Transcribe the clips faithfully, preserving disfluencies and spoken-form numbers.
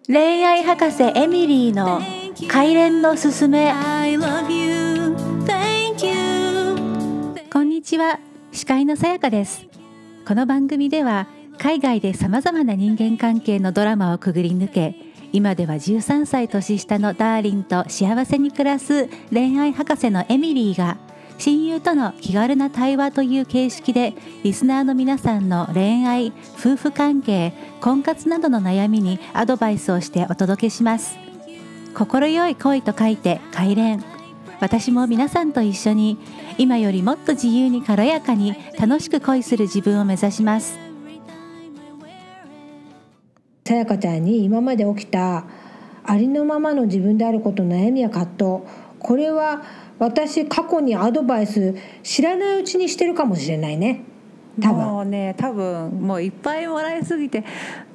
恋愛博士エミリーの快恋のすすめ。こんにちは、司会のさやかです。この番組では海外でさまざまな人間関係のドラマをくぐり抜け、今ではじゅうさんさい年下のダーリンと幸せに暮らす恋愛博士のエミリーが、親友との気軽な対話という形式でリスナーの皆さんの恋愛、夫婦関係、婚活などの悩みにアドバイスをしてお届けします。心よい恋と書いて快恋。私も皆さんと一緒に今よりもっと自由に軽やかに楽しく恋する自分を目指します。 さやかちゃんに今まで起きたありのままの自分であることの悩みや葛藤、これは私過去にアドバイス知らないうちにしてるかもしれないね。多分もうね、多分もういっぱいもらいすぎて、うん、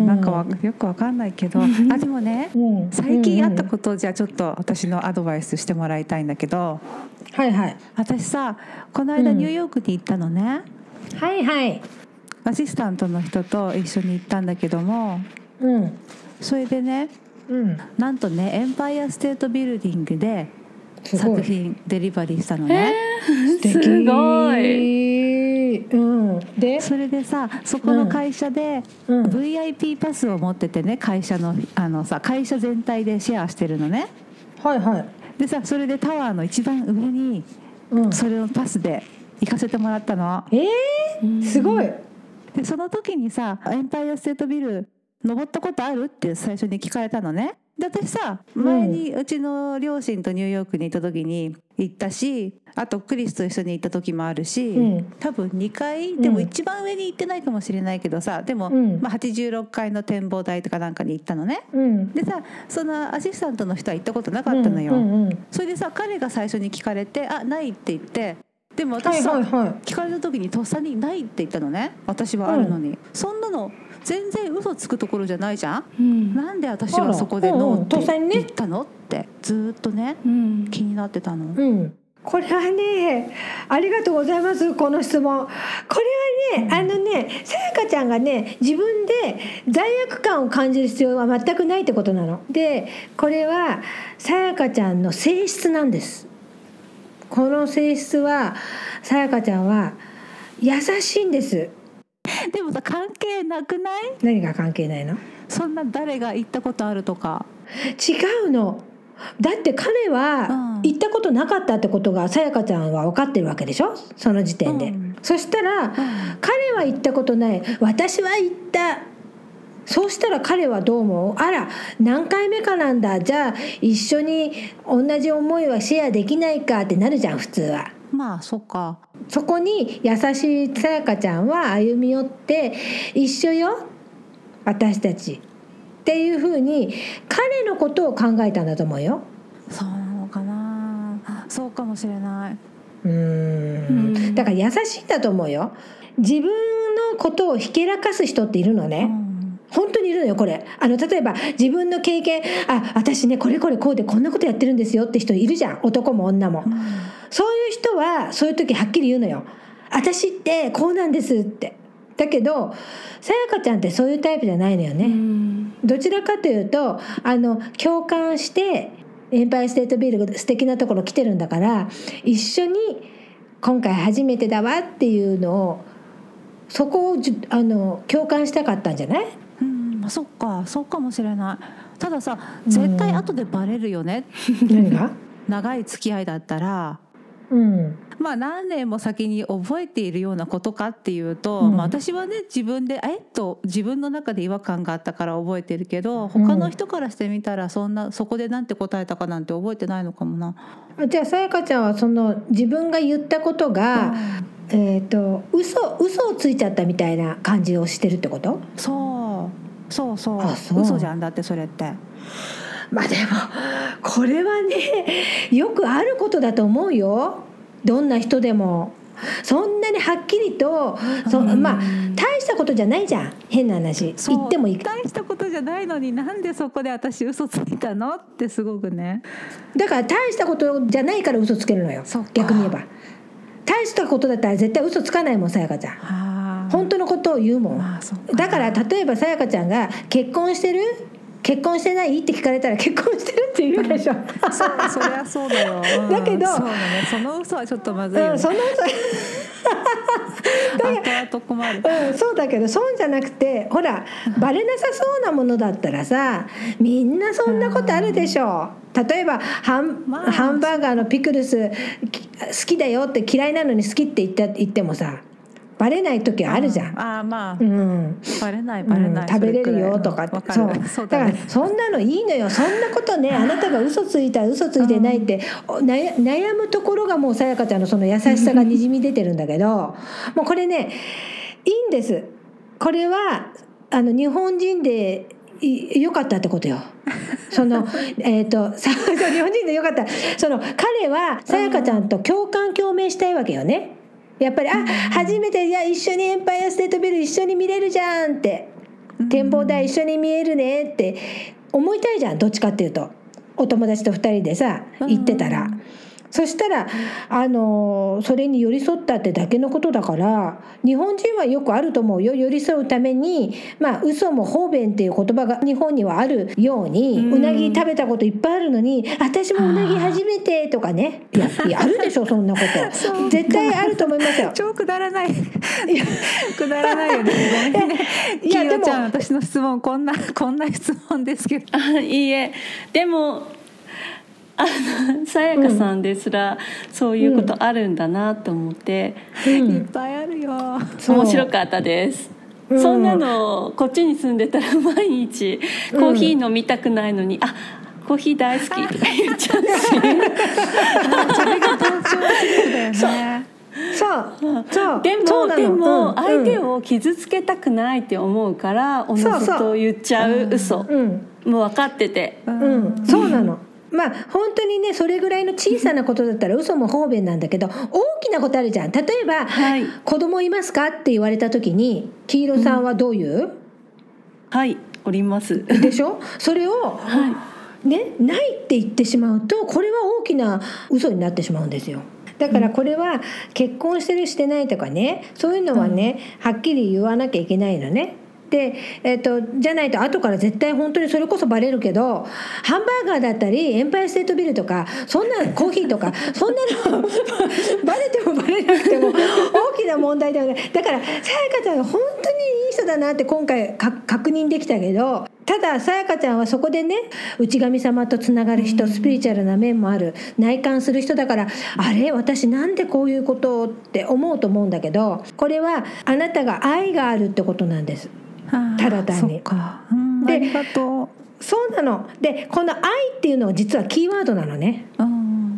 なんかわよくわかんないけど、あでもね、うん、最近あったことをじゃあちょっと私のアドバイスしてもらいたいんだけど、 はいはい。 私さ、この間ニューヨークに行ったのね、 うん、はいはい。 アシスタントの人と一緒に行ったんだけども、 うん、 それでね、うん、なんとねエンパイアステートビルディングで作品デリバリーしたのね。 えー、すごい、 うん、でそれでさ、そこの会社で ブイアイピー パスを持っててね、会社のあのさ会社全体でシェアしてるのね。 はいはい。 でさ、それでタワーの一番上にそれをパスで行かせてもらったの。 えー、すごい。 でその時にさ、エンパイアステートビル登ったことあるって最初に聞かれたのね。で私さ、前にうちの両親とニューヨークに行った時に行ったし、あとクリスと一緒に行った時もあるし、うん、多分にかいでも一番上に行ってないかもしれないけどさ、でも、うんまあ、はちじゅうろっかいの展望台とかなんかに行ったのね、うん、でさ、そのアシスタントの人は行ったことなかったのよ、うんうんうん、それでさ、彼が最初に聞かれて、あ、ないって言って、でも私さ、はいはいはい、聞かれた時にとっさにないって言ったのね。私はあるのに、うん、そんなの全然嘘つくところじゃないじゃん、うん、なんで私はそこでノーって言ったのってずっとね、うん、気になってたの、 うん、これはね、ありがとうございます、この質問。これはね、うん、あのね、さやかちゃんがね、自分で罪悪感を感じる必要は全くないってことなので、これはさやかちゃんの性質なんです。この性質は、さやかちゃんは優しいんです。 でもさ、関係なくない？ 何が関係ないの？ そんな誰が行ったことあるとか。 違うの。だって彼は行ったことなかったってことがさやかちゃんは分かってるわけでしょ、その時点で、うん、そしたら、うん、彼は行ったことない、私は行った。そうしたら彼はどう思う？あら、何回目かなんだ、じゃあ一緒に同じ思いはシェアできないかってなるじゃん、普通は。 まあそっか。 そこに優しいさやかちゃんは歩み寄って、一緒よ私たちっていうふうに彼のことを考えたんだと思うよ。 そうなのかな。そうかもしれない。 うーん、だから優しいんだと思うよ。自分のことをひけらかす人っているのね、うん、本当にいるのよ。これあの例えば自分の経験、あ、私ねこれこれこうでこんなことやってるんですよって人いるじゃん、男も女も、うん、そういう人はそういう時はっきり言うのよ。私ってこうなんですって。だけどさやかちゃんってそういうタイプじゃないのよね、うん、どちらかというとあの共感してエンパイアステートビル素敵なところ来てるんだから、一緒に今回初めてだわっていうのを、そこをあの共感したかったんじゃない？ うん、まあ、そっか、そうかもしれない。たださ、絶対後でバレるよね、 うん、何が？ 長い付き合いだったら、 うん、 まあ何年も先に覚えているようなことかっていうと、うん、まあ、私はね自分でえっと自分の中で違和感があったから覚えてるけど、他の人からしてみたらそんなそこでなんて答えたかなんて覚えてないのかもな。 じゃあさやかちゃんはその自分が言ったことが、うん、えーと、嘘嘘をついちゃったみたいな感じをしてるってこと？ そうそうそう、 あ、そう、 嘘じゃん、だってそれって。 まあでもこれはね、よくあることだと思うよ。どんな人でもそんなにはっきりと、そ、まあ大したことじゃないじゃん、変な話言ってもいい。 大したことじゃないのになんでそこで私嘘ついたのってすごくね。 だから大したことじゃないから嘘つけるのよ。逆に言えば大したことだったら絶対嘘つかないもん、さやかちゃん。本当のことを言うもん。だから例えばさやかちゃんが結婚してる結婚してないって聞かれたら結婚してるって言うでしょそうそりゃそうだよ、うん、 だけどそうだね、その嘘はちょっとまずいよね、 うん、その嘘後々困る、 うん、そうだけどそうじゃなくて、ほらバレなさそうなものだったらさ、みんなそんなことあるでしょ。例えばハン、まあ、ハンバーガーのピクルス好きだよって嫌いなのに好きって言った言ってもさ、バレない時あるじゃん。 うん、ああまあ、 うん、 バレないバレない、 うん、食べれるよとかって、そう、そうだからそんなのいいのよ。そんなことね、あなたが嘘ついた嘘ついてないって、うん、悩むところがもうさやかちゃんのその優しさがにじみ出てるんだけどもうこれねいいんです。これはあの日本人でよかったってことよ。そのえっと日本人でよかった。その彼はさやかちゃんと共感共鳴したいわけよね。やっぱりあ初めていや一緒にエンパイアステートビル一緒に見れるじゃんって、展望台一緒に見えるねって思いたいじゃん。どっちかっていうとお友達とふたりでさ行ってたら、そしたらあのそれに寄り添ったってだけのことだから、日本人はよくあると思うよ。寄り添うためにまあ嘘も方便っていう言葉が日本にはあるように、うなぎ食べたこといっぱいあるのに私もうなぎ初めてとかね、いやいやあるでしょそんなこと絶対あると思いますよ。 超くだらないくだらないよね。ごめんねいやでもきよちゃん、私の質問こんなこんな質問ですけどあいいえ、でもあのさやかさんですらそういうことあるんだなと思って、 うん、いっぱいあるよ。 面白かったです、うん、そんなのこっちに住んでたら毎日コーヒー飲みたくないのに、うん、あコーヒー大好きとか言っちゃうしそれが同調圧力だよね。 そうそうでもでも相手を傷つけたくないって思うからおのずと言っちゃう嘘、うん、もう分かってて、 うんうん、そうなの。まあ本当にねそれぐらいの小さなことだったら嘘も方便なんだけど、大きなことあるじゃん。例えば、はい、子供いますかって言われた時に黄色さんはどう言う？うん、 はいおりますでしょ。それを、はいね、ないって言ってしまうとこれは大きな嘘になってしまうんですよ。だからこれは結婚してるしてないとかね、そういうのはね、うん、はっきり言わなきゃいけないのね。でえー、とじゃないと後から絶対本当にそれこそバレるけど、ハンバーガーだったりエンパイアステートビルとかそんなコーヒーとかそんなのバレてもバレなくても大きな問題だよね。だからさやかちゃんが本当にいい人だなって今回か確認できたけど、たださやかちゃんはそこでね内神様とつながる人、スピリチュアルな面もある、内観する人だから、あれ私なんでこういうことをって思うと思うんだけど、これはあなたが愛があるってことなんです。ただ単に。 そっか、うん、 でありがとう。そうなの。でこの愛っていうのは実はキーワードなのね、うん、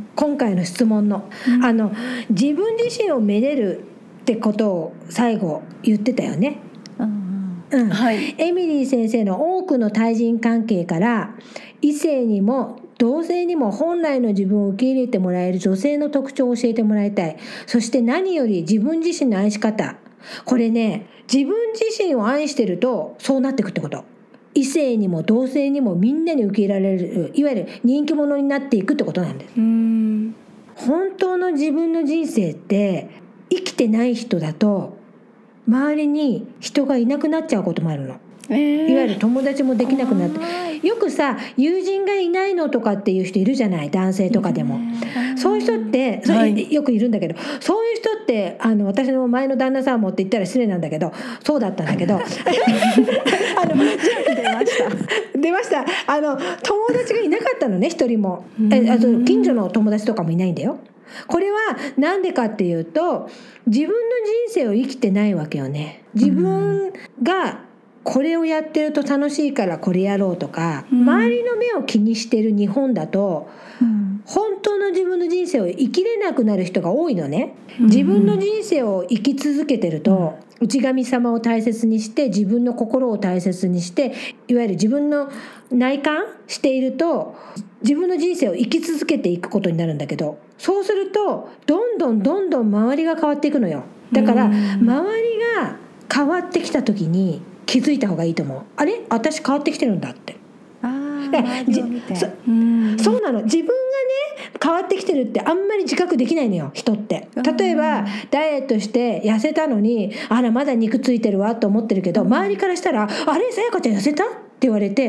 今回の質問の、うん、あの自分自身をめでるってことを最後言ってたよね、うんうんはい、エミリー先生の多くの対人関係から異性にも同性にも本来の自分を受け入れてもらえる女性の特徴を教えてもらいたい。そして何より自分自身の愛し方、これね自分自身を愛してるとそうなってくってこと。異性にも同性にもみんなに受け入れられる、いわゆる人気者になっていくってことなんです。うーん本当の自分の人生って生きてない人だと周りに人がいなくなっちゃうこともあるの。えー、いわゆる友達もできなくなって、よくさ友人がいないのとかっていう人いるじゃない、男性とかでも、えー、そういう人ってそれ、はい、よくいるんだけど、そういう人ってあの私の前の旦那さんもって言ったら失礼なんだけどそうだったんだけどあの出ました出ましたあの友達がいなかったのね、一人も。えあと近所の友達とかもいないんだよ。これはなんでかっていうと自分の人生を生きてないわけよね。自分がこれをやってると楽しいからこれやろうとか、うん、周りの目を気にしてる日本だと、うん、本当の自分の人生を生きれなくなる人が多いのね、うん、自分の人生を生き続けてると、うん、内神様を大切にして自分の心を大切にしていわゆる自分の内観していると自分の人生を生き続けていくことになるんだけど、そうするとどんどんどんどん周りが変わっていくのよ。だから、うん、周りが変わってきた時に気づいた方がいいと思う。あれ私変わってきてるんだって。あじそ, そうなの。自分がね変わってきてるってあんまり自覚できないのよ人って。例えばダイエットして痩せたのにあらまだ肉ついてるわと思ってるけど、周りからしたらあれさやかちゃん痩せたって言われて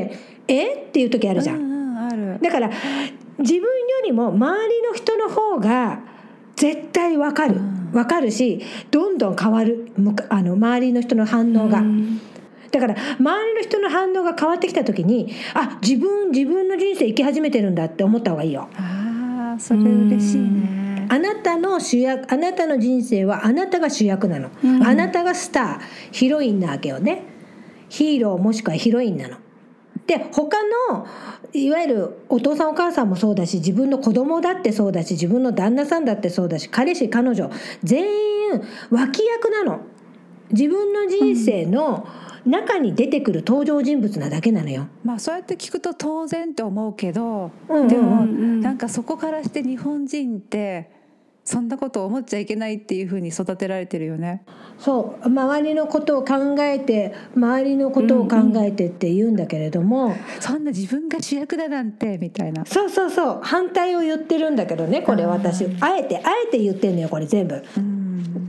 えっていう時あるじゃん、 うんうん、ある。 だから自分よりも周りの人の方が絶対わかる、うん、わかるし、どんどん変わる、あの周りの人の反応が、うん、だから周りの人の反応が変わってきた時に、あ、自分自分の人生生き始めてるんだって思った方がいいよ。 ああ、それ嬉しいね。 あなたの主役、あなたの人生はあなたが主役なの、うん、あなたがスター、ヒロインなわけよね。ヒーローもしくはヒロインなので、他のいわゆるお父さんお母さんもそうだし、自分の子供だってそうだし、自分の旦那さんだってそうだし、彼氏彼女全員脇役なの。自分の人生の中に出てくる登場人物なだけなのよ。 まあそうやって聞くと当然って思うけど、 うんうん、 でもなんかそこからして日本人ってそんなことを思っちゃいけないっていう風に育てられてるよね。 そう、周りのことを考えて周りのことを考えてって言うんだけれども、うんうん、 そんな自分が主役だなんてみたいな、 そうそうそう、反対を言ってるんだけどね、これ私あえてあえて言ってんのよ、これ全部、うん、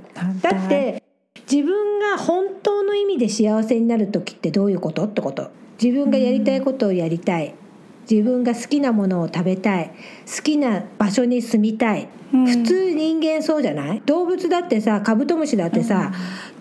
だって自分が本当の意味で幸せになる時ってどういうことってこと。自分がやりたいことをやりたい、自分が好きなものを食べたい、好きな場所に住みたい、うん、普通人間そうじゃない？動物だってさ、カブトムシだってさ、うん、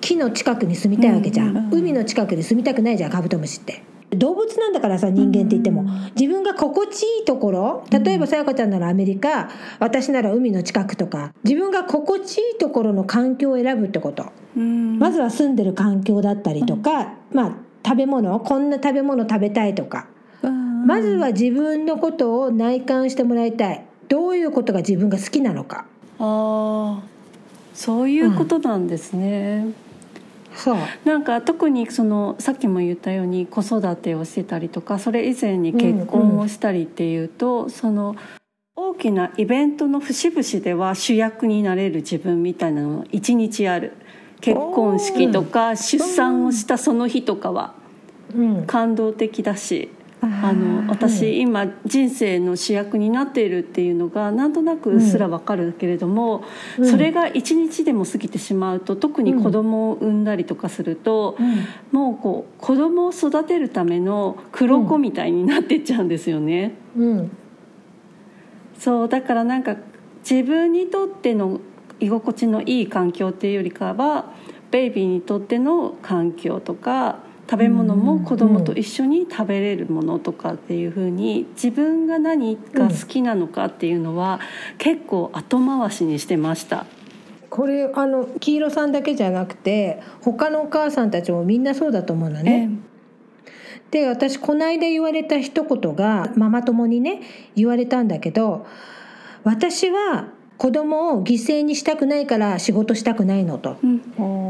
木の近くに住みたいわけじゃん、うんうん、海の近くに住みたくないじゃん、カブトムシって。動物なんだからさ、人間って言っても、うん、自分が心地いいところ、例えばさやかちゃんならアメリカ、私なら海の近くとか、自分が心地いいところの環境を選ぶってこと、うん、まずは住んでる環境だったりとか、うん、まあ食べ物、こんな食べ物食べたいとか、うん、まずは自分のことを内観してもらいたい。どういうことが自分が好きなのか。 ああ、そういうことなんですね、うん、 そう、 なんか特にそのさっきも言ったように子育てをしてたりとか、それ以前に結婚をしたりっていうと、うんうん、その大きなイベントの節々では主役になれる自分みたいなのが一日ある。結婚式とか出産をしたその日とかは感動的だし、あの私今人生の主役になっているっていうのがなんとなくうっすらわかるけれども、うん、それが一日でも過ぎてしまうと、特に子供を産んだりとかすると、うん、もうこう子供を育てるための黒子みたいになってっちゃうんですよね、 うん、 そうだからなんか自分にとっての居心地のいい環境っていうよりかは、ベイビーにとっての環境とか食べ物も子供と一緒に食べれるものとかっていう風に、自分が何が好きなのかっていうのは結構後回しにしてました。 これあの黄色さんだけじゃなくて他のお母さんたちもみんなそうだと思うのね、えー、で私この間言われた一言がママ友にね言われたんだけど、私は子供を犠牲にしたくないから仕事したくないのと、うん、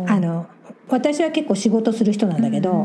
あの私は結構仕事する人なんだけど、うん、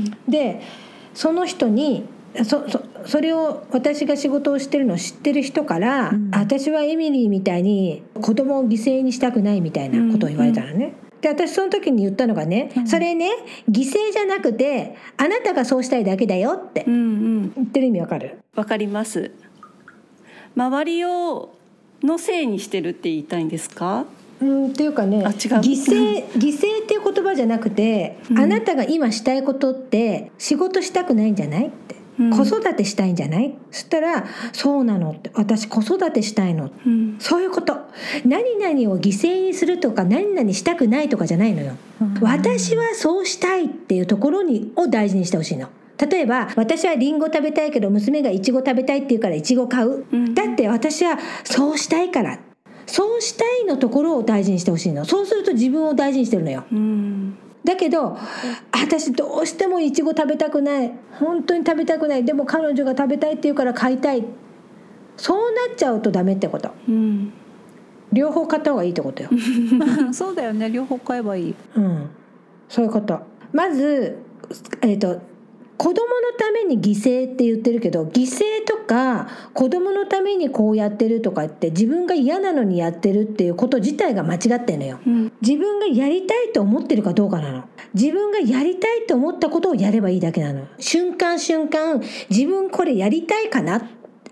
でその人に そ, そ, それを私が仕事をしてるのを知ってる人から、うん、私はエミリーみたいに子供を犠牲にしたくないみたいなことを言われたのね、うんうん、で私その時に言ったのがね、うん、それね犠牲じゃなくてあなたがそうしたいだけだよって言ってる意味わかる？ わかります。周りをのせいにしてるって言いたいんですか？ うんっていうかね、犠牲犠牲っていう言葉じゃなくて、うん、あなたが今したいことって仕事したくないんじゃないって、うん、子育てしたいんじゃない？そしたらそうなのって、私子育てしたいの、うん、そういうこと。何々を犠牲にするとか何々したくないとかじゃないのよ、うん、私はそうしたいっていうところにを大事にしてほしいの。例えば私はリンゴ食べたいけど娘がイチゴ食べたいって言うからイチゴ買う、うん、だって私はそうしたいから、そうしたいのところを大事にしてほしいの。そうすると自分を大事にしてるのよ、うん、だけど私どうしてもイチゴ食べたくない、本当に食べたくない、でも彼女が食べたいって言うから買いたい、そうなっちゃうとダメってこと、うん、両方買った方がいいってことよそうだよね、両方買えばいい、 うん、そういうこと。まずえっと子供のために犠牲って言ってるけど、犠牲とか子供のためにこうやってるとかって自分が嫌なのにやってるっていうこと自体が間違ってんのよ、うん、自分がやりたいと思ってるかどうかなの。自分がやりたいと思ったことをやればいいだけなの。瞬間瞬間自分これやりたいかな、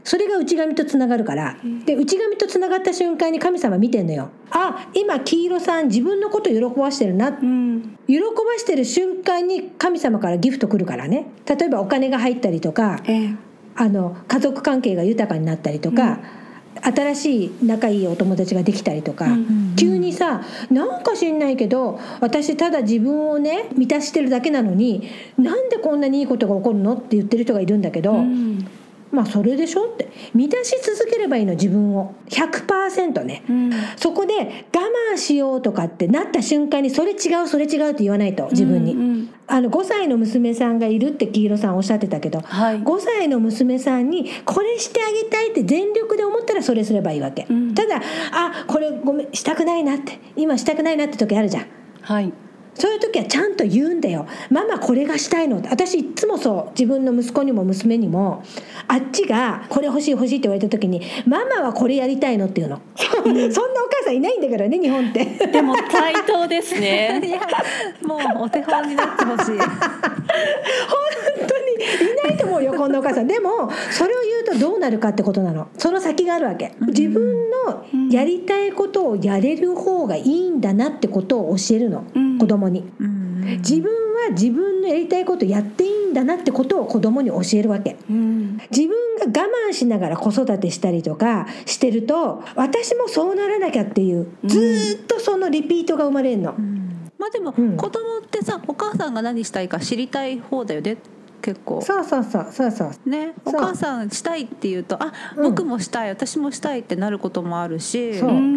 それが内側とつながるから、で内側とつながった瞬間に神様見てんのよ。あ、今黄色さん自分のこと喜ばしてるな、うん、喜ばしてる瞬間に神様からギフト来るからね。例えばお金が入ったりとか、えー、あの家族関係が豊かになったりとか、うん、新しい仲いいお友達ができたりとか、うんうんうん、急にさ、なんか知んないけど私ただ自分をね満たしてるだけなのになんでこんなにいいことが起こるのって言ってる人がいるんだけど、うん、まあそれでしょって、満たし続ければいいの、自分を ひゃくパーセント ね、うん、そこで我慢しようとかってなった瞬間にそれ違うそれ違うって言わないと、自分に、うんうん、あのごさいの娘さんがいるって黄色さんおっしゃってたけど、はい、ごさいの娘さんにこれしてあげたいって全力で思ったらそれすればいいわけ、うん、ただあこれごめんしたくないなって今したくないなって時あるじゃん、はい、そういう時はちゃんと言うんだよ。ママこれがしたいの。私いつもそう、自分の息子にも娘にもあっちがこれ欲しい欲しいって言われた時にママはこれやりたいのっていうの、うん、そんなお母さんいないんだからね日本って。 でも対等ですね。 いやもうお手本になってほしい。本当にいないと思うよこんなお母さん。でもそれを言うとどうなるかってことなの。その先があるわけ。自分のやりたいことをやれる方がいいんだなってことを教えるの、うん、子供に、うん、自分は自分のやりたいことやっていいんだなってことを子供に教えるわけ、うん、自分が我慢しながら子育てしたりとかしてると私もそうならなきゃっていうずっとそのリピートが生まれるの、うん、 まあでも、うん、子供ってさお母さんが何したいか知りたい方だよね結構。 そうそうそうそうそうね、お母さんしたいって言うとあ、うん、僕もしたい私もしたいってなることもあるし、 そう、うんうん、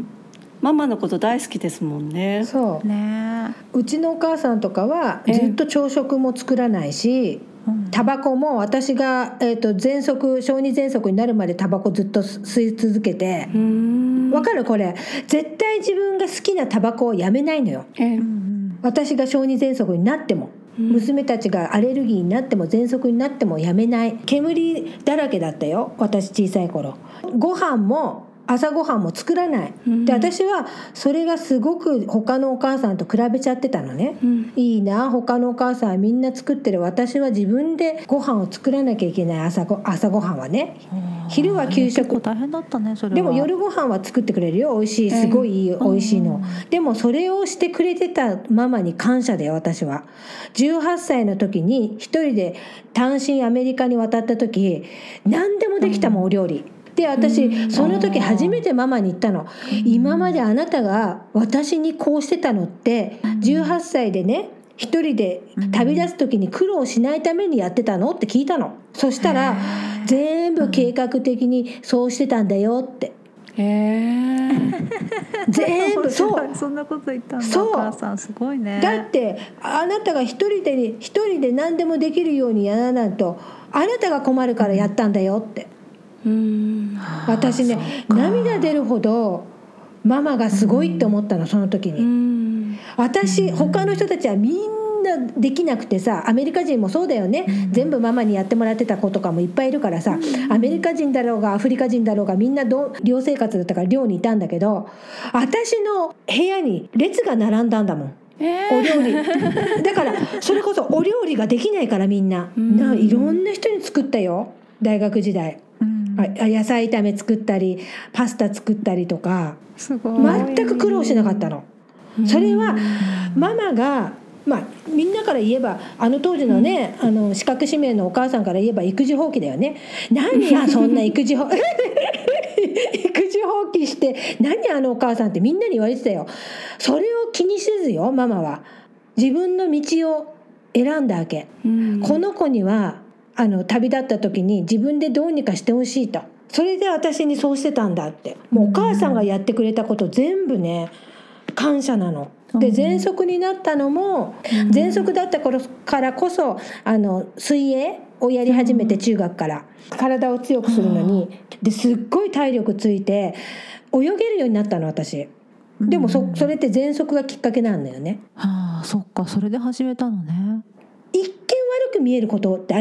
ママのこと大好きですもんね。 そうね、 うちのお母さんとかはずっと朝食も作らないし、タバコも私が、えーと、喘息小児喘息になるまでタバコずっと吸い続けて、うーん、わかるこれ絶対自分が好きなタバコをやめないのよ、えー、私が小児喘息になっても娘たちがアレルギーになっても喘息になってもやめない。煙だらけだったよ私小さい頃。ご飯も朝ごはんも作らない、うん、で私はそれがすごく他のお母さんと比べちゃってたのね、うん、いいな他のお母さんはみんな作ってる、私は自分でご飯を作らなきゃいけない。朝ご、朝ごはんはね、昼は給食、 結構大変だったねそれは。 でも夜ご飯は作ってくれるよ、美味しい、すごいいい、えー、美味しいの、うん、でもそれをしてくれてたママに感謝だよ私は。じゅうはっさいの時に一人で単身アメリカに渡った時何でもできたもん、お料理で私その時初めてママに言ったの、今まであなたが私にこうしてたのってじゅうはっさいでね一人で旅立つ時に苦労しないためにやってたのって聞いたの。そしたら全部計画的にそうしてたんだよって。へー全部そうそんなこと言ったんだ。そうお母さんすごいね。 だってあなたが一人で一人で何でもできるようにやらないとあなたが困るからやったんだよって。うーん私ね涙出るほどママがすごいって思ったのその時に。うん私他の人たちはみんなできなくてさ、アメリカ人もそうだよね、全部ママにやってもらってた子とかもいっぱいいるからさ、アメリカ人だろうがアフリカ人だろうがみんなど寮生活だったから寮にいたんだけど、私の部屋に列が並んだんだもん、えー、お料理だからそれこそお料理ができないからみんな、ないろんな人に作ったよ大学時代。野菜炒め作ったりパスタ作ったりとかすごい全く苦労しなかったの。それはママがまあみんなから言えばあの当時のね、うん、あの資格指名のお母さんから言えば育児放棄だよね。何やそんな育児放育児放棄して何あのお母さんってみんなに言われてたよ。それを気にせずよママは自分の道を選んだわけ、うん、この子にはあの旅立った時に自分でどうにかしてほしいと、それで私にそうしてたんだって。もうお母さんがやってくれたこと全部ね感謝なので、喘息になったのも喘息だった頃からこそあの水泳をやり始めて中学から体を強くするのにですっごい体力ついて泳げるようになったの私。でも そ, それって喘息がきっかけなんだよね。 はあ、そっかそれで始めたのね。 一見悪く見えることってあるじゃん。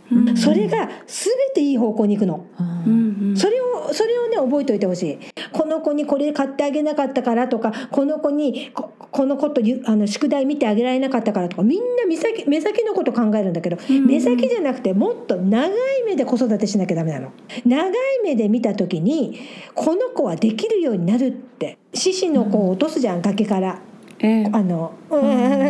うん、それが全ていい方向に行くの、うんうん、それをそれをね覚えておいてほしい。この子にこれ買ってあげなかったからとか、この子に こ, この子とあの宿題見てあげられなかったからとか、みんな目先目先のこと考えるんだけど、うんうん、目先じゃなくてもっと長い目で子育てしなきゃダメなの。長い目で見た時にこの子はできるようになるって。獅子の子を落とすじゃん、崖から、えー、あの、うん、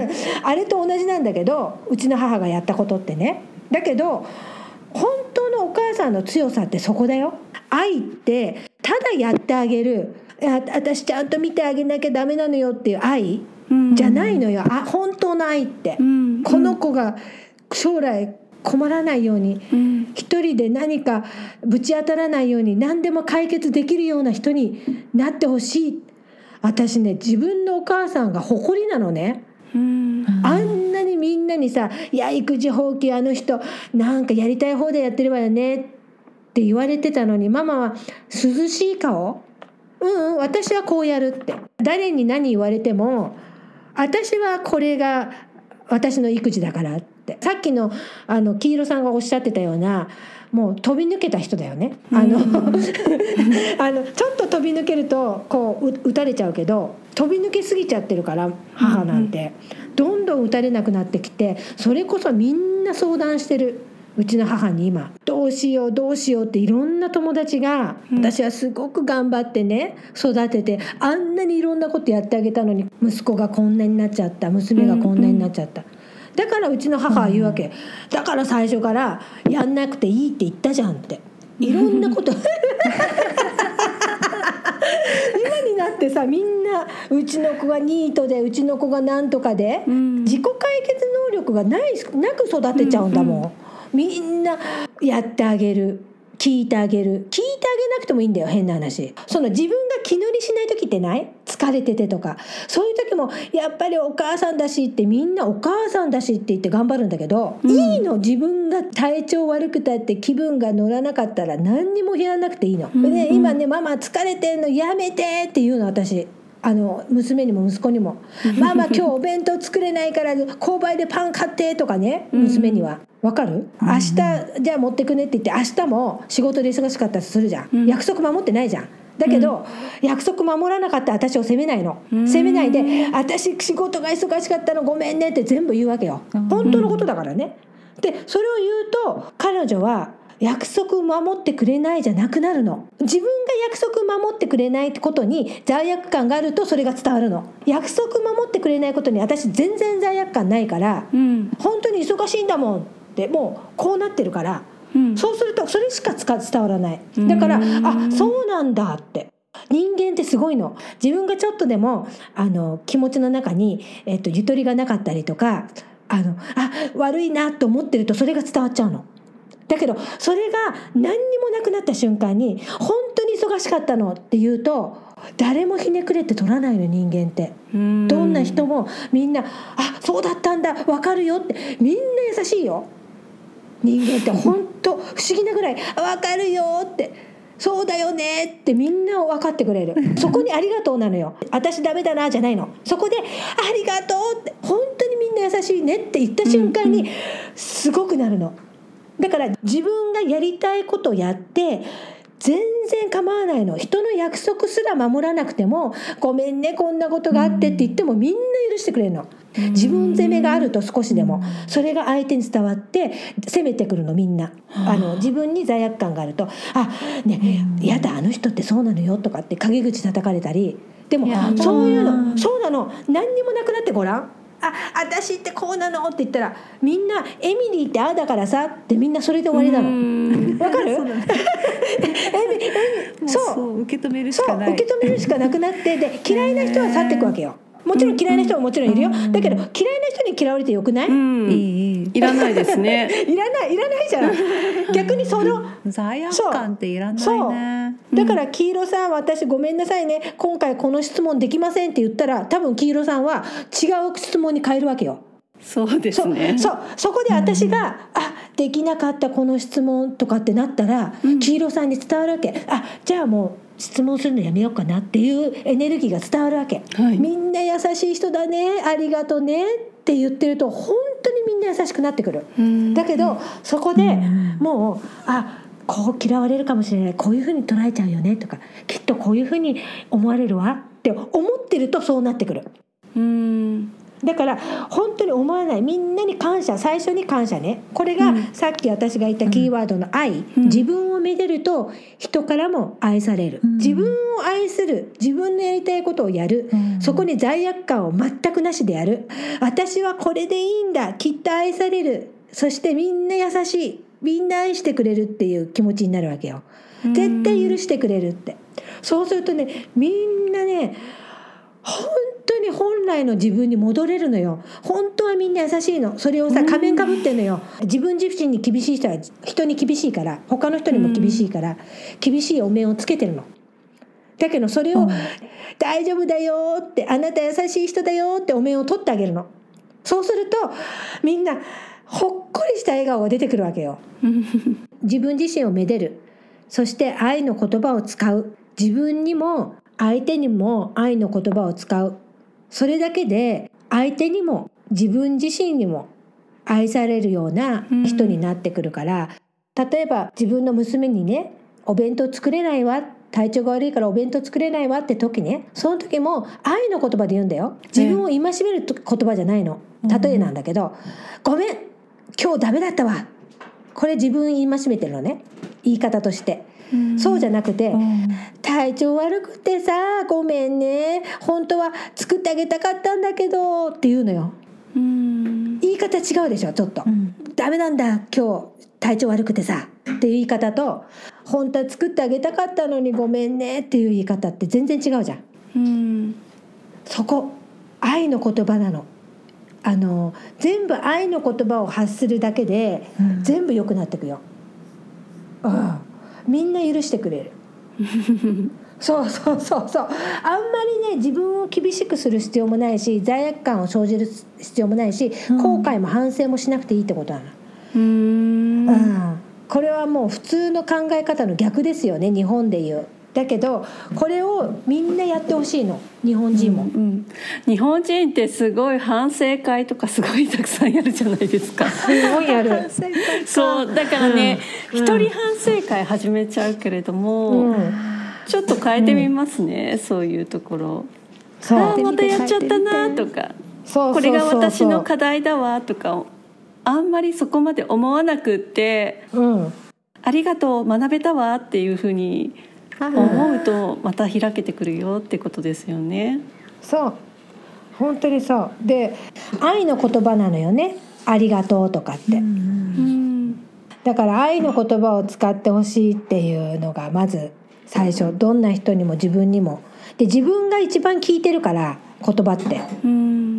あれと同じなんだけど、うちの母がやったことってね。だけど本当のお母さんの強さってそこだよ。愛ってただやってあげる、あ私ちゃんと見てあげなきゃダメなのよっていう愛じゃないのよ、うん、あ本当の愛って、うん、この子が将来困らないように、うん、一人で何かぶち当たらないように何でも解決できるような人になってほしい。私ね、自分のお母さんが誇りなのね、うん、あんなにみんなにさ、いや育児放棄あの人なんかやりたい方でやってるわよねって言われてたのに、ママは涼しい顔、うん、うん、私はこうやるって、誰に何言われても私はこれが私の育児だからって、さっきのあの黄色さんがおっしゃってたような、もう飛び抜けた人だよね。あのあのちょっと飛び抜けるとこう打たれちゃうけど、飛び抜けすぎちゃってるから母なんて、どんどん打たれなくなってきて、それこそみんな相談してる。うちの母に今どうしようどうしようっていろんな友達が、私はすごく頑張ってね育てて、あんなにいろんなことやってあげたのに息子がこんなになっちゃった、娘がこんなになっちゃった、だからうちの母は言うわけ、だから最初からやんなくていいって言ったじゃんって、いろんなこと今になってさ、みんなうちの子がニートでうちの子がなんとかで、自己解決能力がないなく育てちゃうんだもん、うんうん、みんなやってあげる、聞いてあげる、聞いてあげなくてもいいんだよ、変な話。その自分が気乗りしない時ってない？疲れててとか、そういう時もやっぱりお母さんだしって、みんなお母さんだしって言って頑張るんだけど、うん、いいの、自分が体調悪くたって気分が乗らなかったら何にもやらなくていいの、うんうん、で今ねママ疲れてんのやめてって言うの、私あの娘にも息子にもママ今日お弁当作れないから購買でパン買ってとかね、娘には。わかる？明日じゃあ持ってくねって言って、明日も仕事で忙しかったりするじゃん、うん、約束守ってないじゃん。だけど、うん、約束守らなかったら私を責めないの、うん、責めないで、私仕事が忙しかったのごめんねって全部言うわけよ、うん、本当のことだからね。でそれを言うと彼女は約束守ってくれないじゃなくなるの。自分が約束守ってくれないことに罪悪感があるとそれが伝わるの。約束守ってくれないことに私全然罪悪感ないから、うん、本当に忙しいんだもんってもうこうなってるから、うん、そうするとそれしか伝わらない。だから、あ、そうなんだって。人間ってすごいの。自分がちょっとでもあの気持ちの中に、えっと、ゆとりがなかったりとか、あのあ悪いなと思ってるとそれが伝わっちゃうの。だけどそれが何にもなくなった瞬間に、本当に忙しかったのって言うと誰もひねくれて取らないの、人間って。どんな人もみんな、あ、そうだったんだ、分かるよって、みんな優しいよ。人間って本当不思議なぐらい、分かるよって、そうだよねってみんな分かってくれる。そこにありがとうなのよ。私ダメだなじゃないの。そこでありがとうって、本当にみんな優しいねって言った瞬間にすごくなるの。だから自分がやりたいことをやって全然構わないの。人の約束すら守らなくても、ごめんねこんなことがあってって言ってもみんな許してくれるの。自分責めがあると少しでもそれが相手に伝わって責めてくるの、みんな。あの自分に罪悪感があると、あねやだあの人ってそうなのよとかって陰口叩かれたり、でもそういうの、そうなの、何にもなくなってごらん。あ、私ってこうなのって言ったら、みんなエミリーってああだからさってみんなそれで終わりなの。わかる？そうエミエミそうそう受け止めるしかない。 そう受け止めるしかなくなって、で嫌いな人は去っていくわけよ。もちろん嫌いな人ももちろんいるよ、だけど嫌いな人に嫌われてよくない？ うんいいいらないですね。 いらないいらないじゃん。逆にその罪悪感っていらないね。 そうだから黄色さん、私ごめんなさいね今回この質問できませんって言ったら、多分黄色さんは違う質問に変えるわけよ。 そうですね。 そ, そうそこで私が、うん、あできなかったこの質問とかってなったら、うん、黄色さんに伝わるわけ。あじゃあもう質問するのやめようかなっていうエネルギーが伝わるわけ、はい、みんな優しい人だねありがとねって言ってると本当にみんな優しくなってくる。だけどそこでもうあこう嫌われるかもしれない、こういうふうに捉えちゃうよねとか、きっとこういうふうに思われるわって思ってるとそうなってくる。うんだから本当に思わない、みんなに感謝、最初に感謝ね。これがさっき私が言ったキーワードの愛、うん、自分をめでると人からも愛される、うん、自分を愛する、自分のやりたいことをやる、うん、そこに罪悪感を全くなしでやる、私はこれでいいんだ、きっと愛される、そしてみんな優しい、みんな愛してくれるっていう気持ちになるわけよ。絶対許してくれるって。そうするとね、みんなね本当に本来の自分に戻れるのよ。本当はみんな優しいの。それをさ仮面かぶってんのよ。自分自身に厳しい人は人に厳しいから、他の人にも厳しいから厳しいお面をつけてるの。だけどそれを大丈夫だよって、あなた優しい人だよってお面を取ってあげるの。そうするとみんなほっこりした笑顔が出てくるわけよ。自分自身をめでる、そして愛の言葉を使う、自分にも相手にも愛の言葉を使う、それだけで相手にも自分自身にも愛されるような人になってくるから、うん、例えば自分の娘にね、お弁当作れないわ、体調が悪いからお弁当作れないわって時ね、その時も愛の言葉で言うんだよ。自分を戒める言葉じゃないの。例えなんだけど、うん、ごめん今日ダメだったわ、これ自分戒めてるのね、言い方として。うん、そうじゃなくて、うん、体調悪くてさごめんね、本当は作ってあげたかったんだけどって言うのよ。うん、言い方違うでしょちょっと、うん、ダメなんだ今日体調悪くてさっていう言い方と、本当は作ってあげたかったのにごめんねっていう言い方って全然違うじゃん。うん、そこ愛の言葉なの。あの全部愛の言葉を発するだけで、うん、全部良くなってくよ。うん、みんな許してくれる。そうそうそうそう。あんまりね自分を厳しくする必要もないし、罪悪感を生じる必要もないし、うん、後悔も反省もしなくていいってことなの。うーん、うん、これはもう普通の考え方の逆ですよね、日本でいう。だけどこれをみんなやってほしいの、日本人も、うんうん、 日本人ってすごい反省会とかすごいたくさんやるじゃないですか。 すごいやる。 そうだからね、うん、一人反省会始めちゃうけれども、うん、ちょっと変えてみますね、うん、そういうところ。そうあまたやっちゃったなとか、これが私の課題だわとか、あんまりそこまで思わなくって、うん、ありがとう学べたわっていうふうに思うとまた開けてくるよってことですよね。 そう本当にそうで、愛の言葉なのよね、ありがとうとかって、うん、だから愛の言葉を使ってほしいっていうのがまず最初、どんな人にも自分にもで、自分が一番聞いてるから言葉って、うん、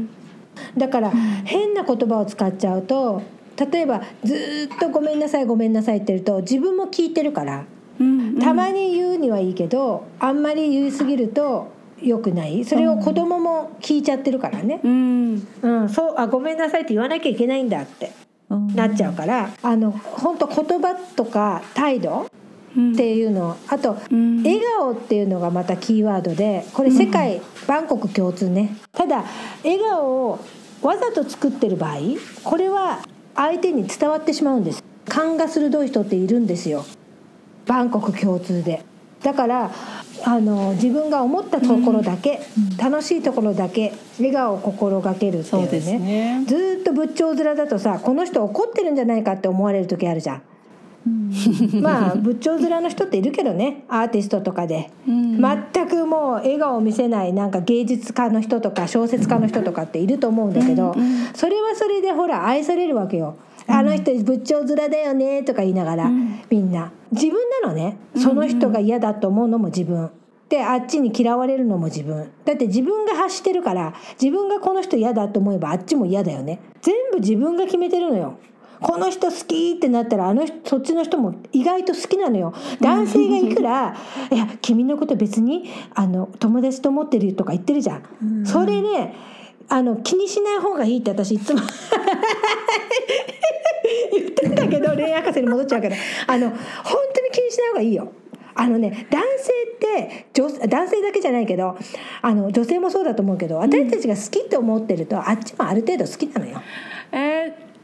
だから変な言葉を使っちゃうと、例えばずっとごめんなさいごめんなさいって言うと自分も聞いてるから、うんうん、たまに言うにはいいけど、あんまり言いすぎると良くない。それを子供も聞いちゃってるからね、うんうん、そうあごめんなさいって言わなきゃいけないんだってなっちゃうから、あの本当言葉とか態度っていうの、うん、あと、うん、笑顔っていうのがまたキーワードで、これ世界、うん、万国共通ね。ただ笑顔をわざと作ってる場合、これは相手に伝わってしまうんです。勘が鋭い人っているんですよ、万国共通で。だからあの自分が思ったところだけ、うん、楽しいところだけ笑顔を心がけるっていう ね, そうですね。ずっと仏頂面だとさ、この人怒ってるんじゃないかって思われる時あるじゃん、うん、まあ仏頂面の人っているけどね、アーティストとかで、うん、全くもう笑顔を見せないなんか芸術家の人とか小説家の人とかっていると思うんだけど、うんうん、それはそれでほら愛されるわけよ。あの人仏頂面だよねとか言いながら、うん、みんな自分なのね。その人が嫌だと思うのも自分で、あっちに嫌われるのも自分だって、自分が発してるから、自分がこの人嫌だと思えばあっちも嫌だよね。全部自分が決めてるのよ。この人好きってなったら、あの人そっちの人も意外と好きなのよ。男性がいくらいや君のこと別にあの友達と思ってるとか言ってるじゃん、うん、それね、あの気にしない方がいいって私いつも言ってんだけど、恋愛博士に戻っちゃうから、あの本当に気にしない方がいいよ。あのね、男性って女男性だけじゃないけど、あの女性もそうだと思うけど、私たちが好きって思ってると、あっちもある程度好きなのよ。 えー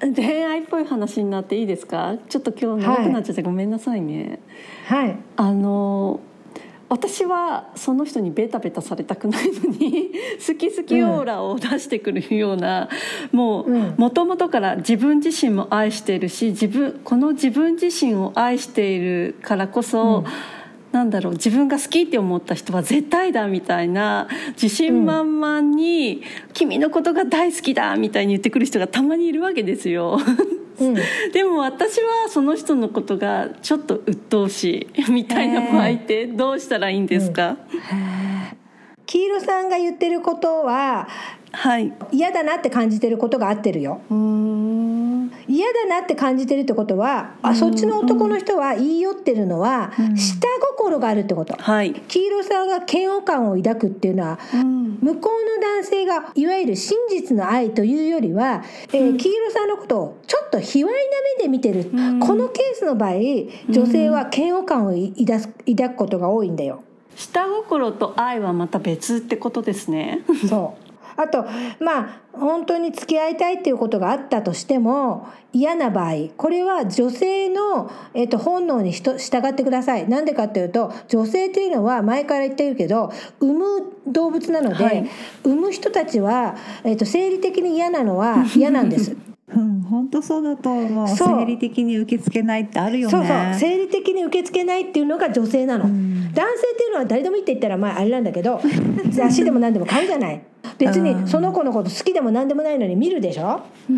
恋愛っぽい話になっていいですか？ちょっと今日長くなっちゃってごめんなさいね。 はい。 あの私はその人にベタベタされたくないのに好き好きオーラを出してくるような、うん、もうもともとから自分自身も愛しているし、自分この自分自身を愛しているからこそ、うん、なんだろう、自分が好きって思った人は絶対だみたいな自信満々に、うん、君のことが大好きだみたいに言ってくる人がたまにいるわけですよ。うん、でも私はその人のことがちょっと鬱陶しいみたいな場合ってどうしたらいいんですか？うん、 黄色さんが言ってることは、はい、嫌だなって感じてることが合ってるよ。うーん、嫌だなって感じてるってことは、あ、そっちの男の人は言い寄ってるのは、うん、下心があるってこと、はい、黄色さんが嫌悪感を抱くっていうのは、うん、向こうの男性がいわゆる真実の愛というよりは、えー、黄色さんのことをちょっと卑猥な目で見てる、うん、このケースの場合女性は嫌悪感を抱す抱くことが多いんだよ。 下心と愛はまた別ってことですね。 そうあと、まあ本当に付き合いたいっていうことがあったとしても嫌な場合、これは女性の、えっと、本能に従ってください。なんでかっていうと、女性っていうのは前から言ってるけど産む動物なので、はい、産む人たちは、えっと、生理的に嫌なのは嫌なんです。 うん、本当そうだと思う。生理的に受け付けないってあるよね。 そうそう、生理的に受け付けないっていうのが女性なの、うん、男性っていうのは誰でもいいって言ったらまああれなんだけど雑誌でも何でも買うじゃない。別にその子のこと好きでも何でもないのに見るでしょ。うん、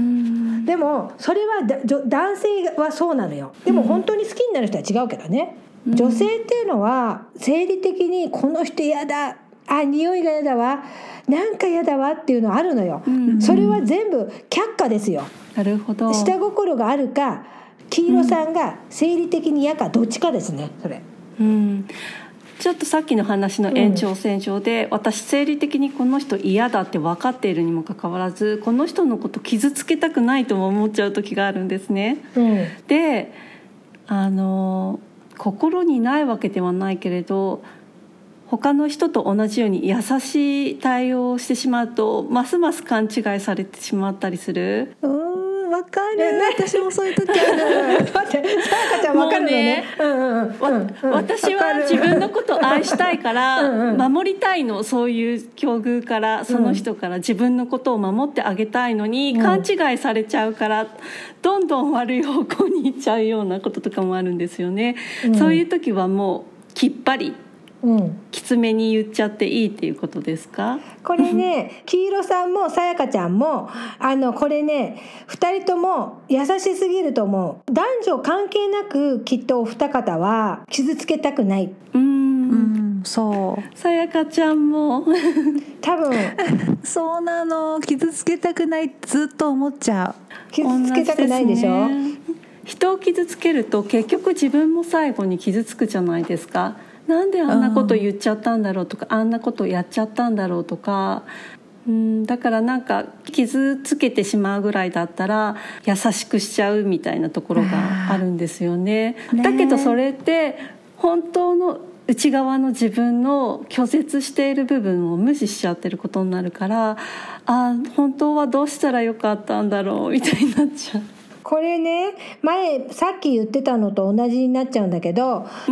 でもそれは男性はそうなのよ。でも本当に好きになる人は違うけどね、うん、女性っていうのは生理的にこの人嫌だ、あ、匂いが嫌だわ、なんか嫌だわっていうのあるのよ、うん、それは全部却下ですよ。 なるほど。 下心があるか黄色さんが生理的に嫌かどっちかですね、それ。 うん、ちょっとさっきの話の延長線上で、うん、私生理的にこの人嫌だって分かっているにもかかわらずこの人のこと傷つけたくないとも思っちゃう時があるんですね、うん、で、あの心にないわけではないけれど他の人と同じように優しい対応をしてしまうとますます勘違いされてしまったりする。 うーん、わかる、ね、私もそういう時ある。 待って、さやかちゃんわかるのね。 私は自分のことを愛したいから守りたいの、そういう境遇からその人から自分のことを守ってあげたいのに、勘違いされちゃうからどんどん悪い方向に行っちゃうようなこととかもあるんですよね、うん、そういう時はもうきっぱりうん、きつめに言っちゃっていいっていうことですか？ これね黄色さんもさやかちゃんもあのこれねふたりとも優しすぎると思う。男女関係なくきっとお二方は傷つけたくない。 うーん、うん、そうさやかちゃんも多分そうなの、傷つけたくないってずっと思っちゃう。 傷つけたくないでしょ。 人を傷つけると結局自分も最後に傷つくじゃないですか。なんであんなこと言っちゃったんだろうとか、あんなことやっちゃったんだろうとか、うん、だからなんか傷つけてしまうぐらいだったら優しくしちゃうみたいなところがあるんですよね。だけどそれって本当の内側の自分の拒絶している部分を無視しちゃってることになるから、あ、本当はどうしたらよかったんだろうみたいになっちゃう。 これね、前さっき言ってたのと同じになっちゃうんだけど、うん、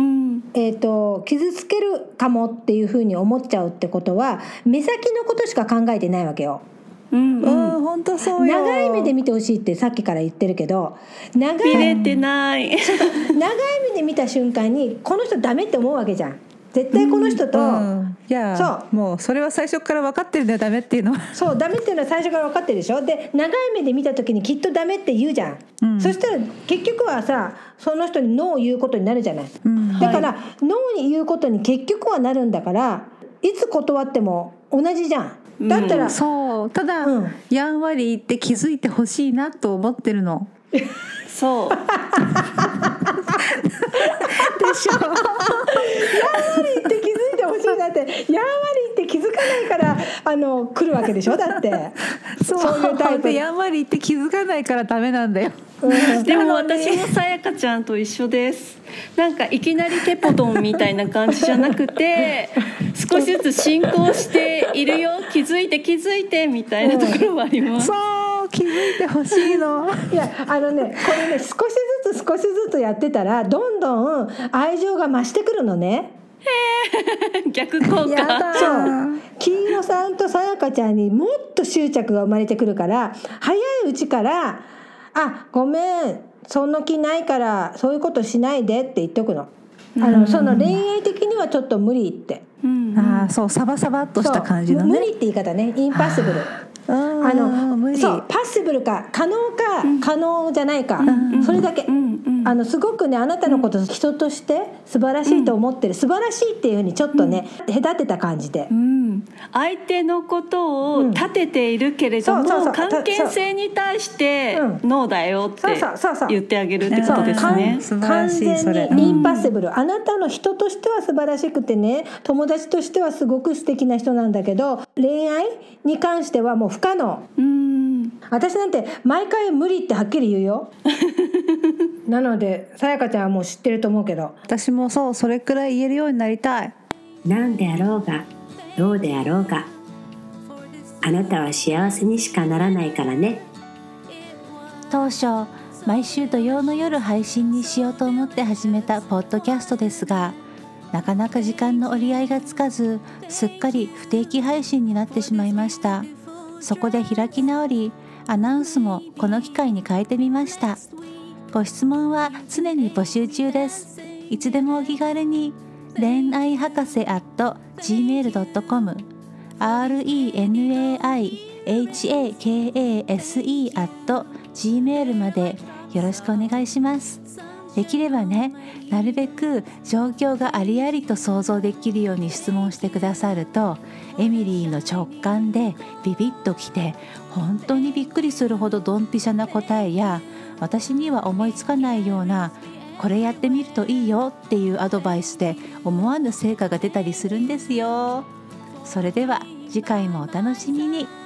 えーと、傷つけるかもっていうふうに思っちゃうってことは目先のことしか考えてないわけよ。 うんうん、本当そうよ。 長い目で見てほしいってさっきから言ってるけど、長い見れてない長い目で見た瞬間にこの人ダメって思うわけじゃん。絶対この人と、うんうん、 いやそうもうそれは最初から分かってるんだよ、ダメっていうのは。 そう、ダメっていうのは最初から分かってるでしょ。で長い目で見た時にきっとダメって言うじゃん、うん、そしたら結局はさその人にノーを言うことになるじゃない、うん、だから、はい、ノーに言うことに結局はなるんだから、いつ断っても同じじゃん。だったら、うん、 そうただ、うん、やんわり言って気づいてほしいなと思ってるのそうでしょやんわり言って気づいてほしいなって、やんわり言って気づかないからあの来るわけでしょ。だってそう、そういうタイプでやんわり言って気づかないからダメなんだよ、 うん、でも私もさやかちゃんと一緒です。なんかいきなりテポドンみたいな感じじゃなくて少しずつ進行しているよ、気づいて気づいてみたいなところはあります、 うん、そう気づいてほしいの。 いやあのねこれね少しずつ少しずつやってたらどんどん愛情が増してくるのね。 逆効やだ果。 そう黄色さんとさやかちゃんにもっと執着が生まれてくるから早いうちからあごめんその気ないからそういうことしないでって言っとくの。あのその恋愛的にはちょっと無理って、 うんあそうサバサバっとした感じのね。 無理って言い方ねインパッシブル。 ああの無理。 そうパッシブルか可能か、うん、可能じゃないか、うん、それだけ、うんうん、あのすごくねあなたのこと人として素晴らしいと思ってる、うん、素晴らしいっていうふうにちょっとね、うん、隔てた感じで、うん、 相手のことを立てているけれども、うん、そうそうそう関係性に対してノーだよって言ってあげるってことですね。 完全にインパッシブル、うん、あなたの人としては素晴らしくてね友達としてはすごく素敵な人なんだけど恋愛に関してはもう不可能。うん私なんて毎回無理ってはっきり言うよなのでさやかちゃんはもう知ってると思うけど私もそうそれくらい言えるようになりたい。 何であろうがどうであろうがあなたは幸せにしかならないからね。 当初毎週土曜の夜配信にしようと思って始めたポッドキャストですがなかなか時間の折り合いがつかずすっかり不定期配信になってしまいました。そこで開き直りアナウンスもこの機会に変えてみました。ご質問は常に募集中です。いつでもお気軽に恋愛博士 アットジーメールドットコム アールイーエヌエーアイエイチエーケーエーエスイー アットジーメール までよろしくお願いします。できればねなるべく状況がありありと想像できるように質問してくださるとエミリーの直感でビビッときて本当にびっくりするほどドンピシャな答えや私には思いつかないようなこれやってみるといいよっていうアドバイスで思わぬ成果が出たりするんですよ。それでは次回もお楽しみに。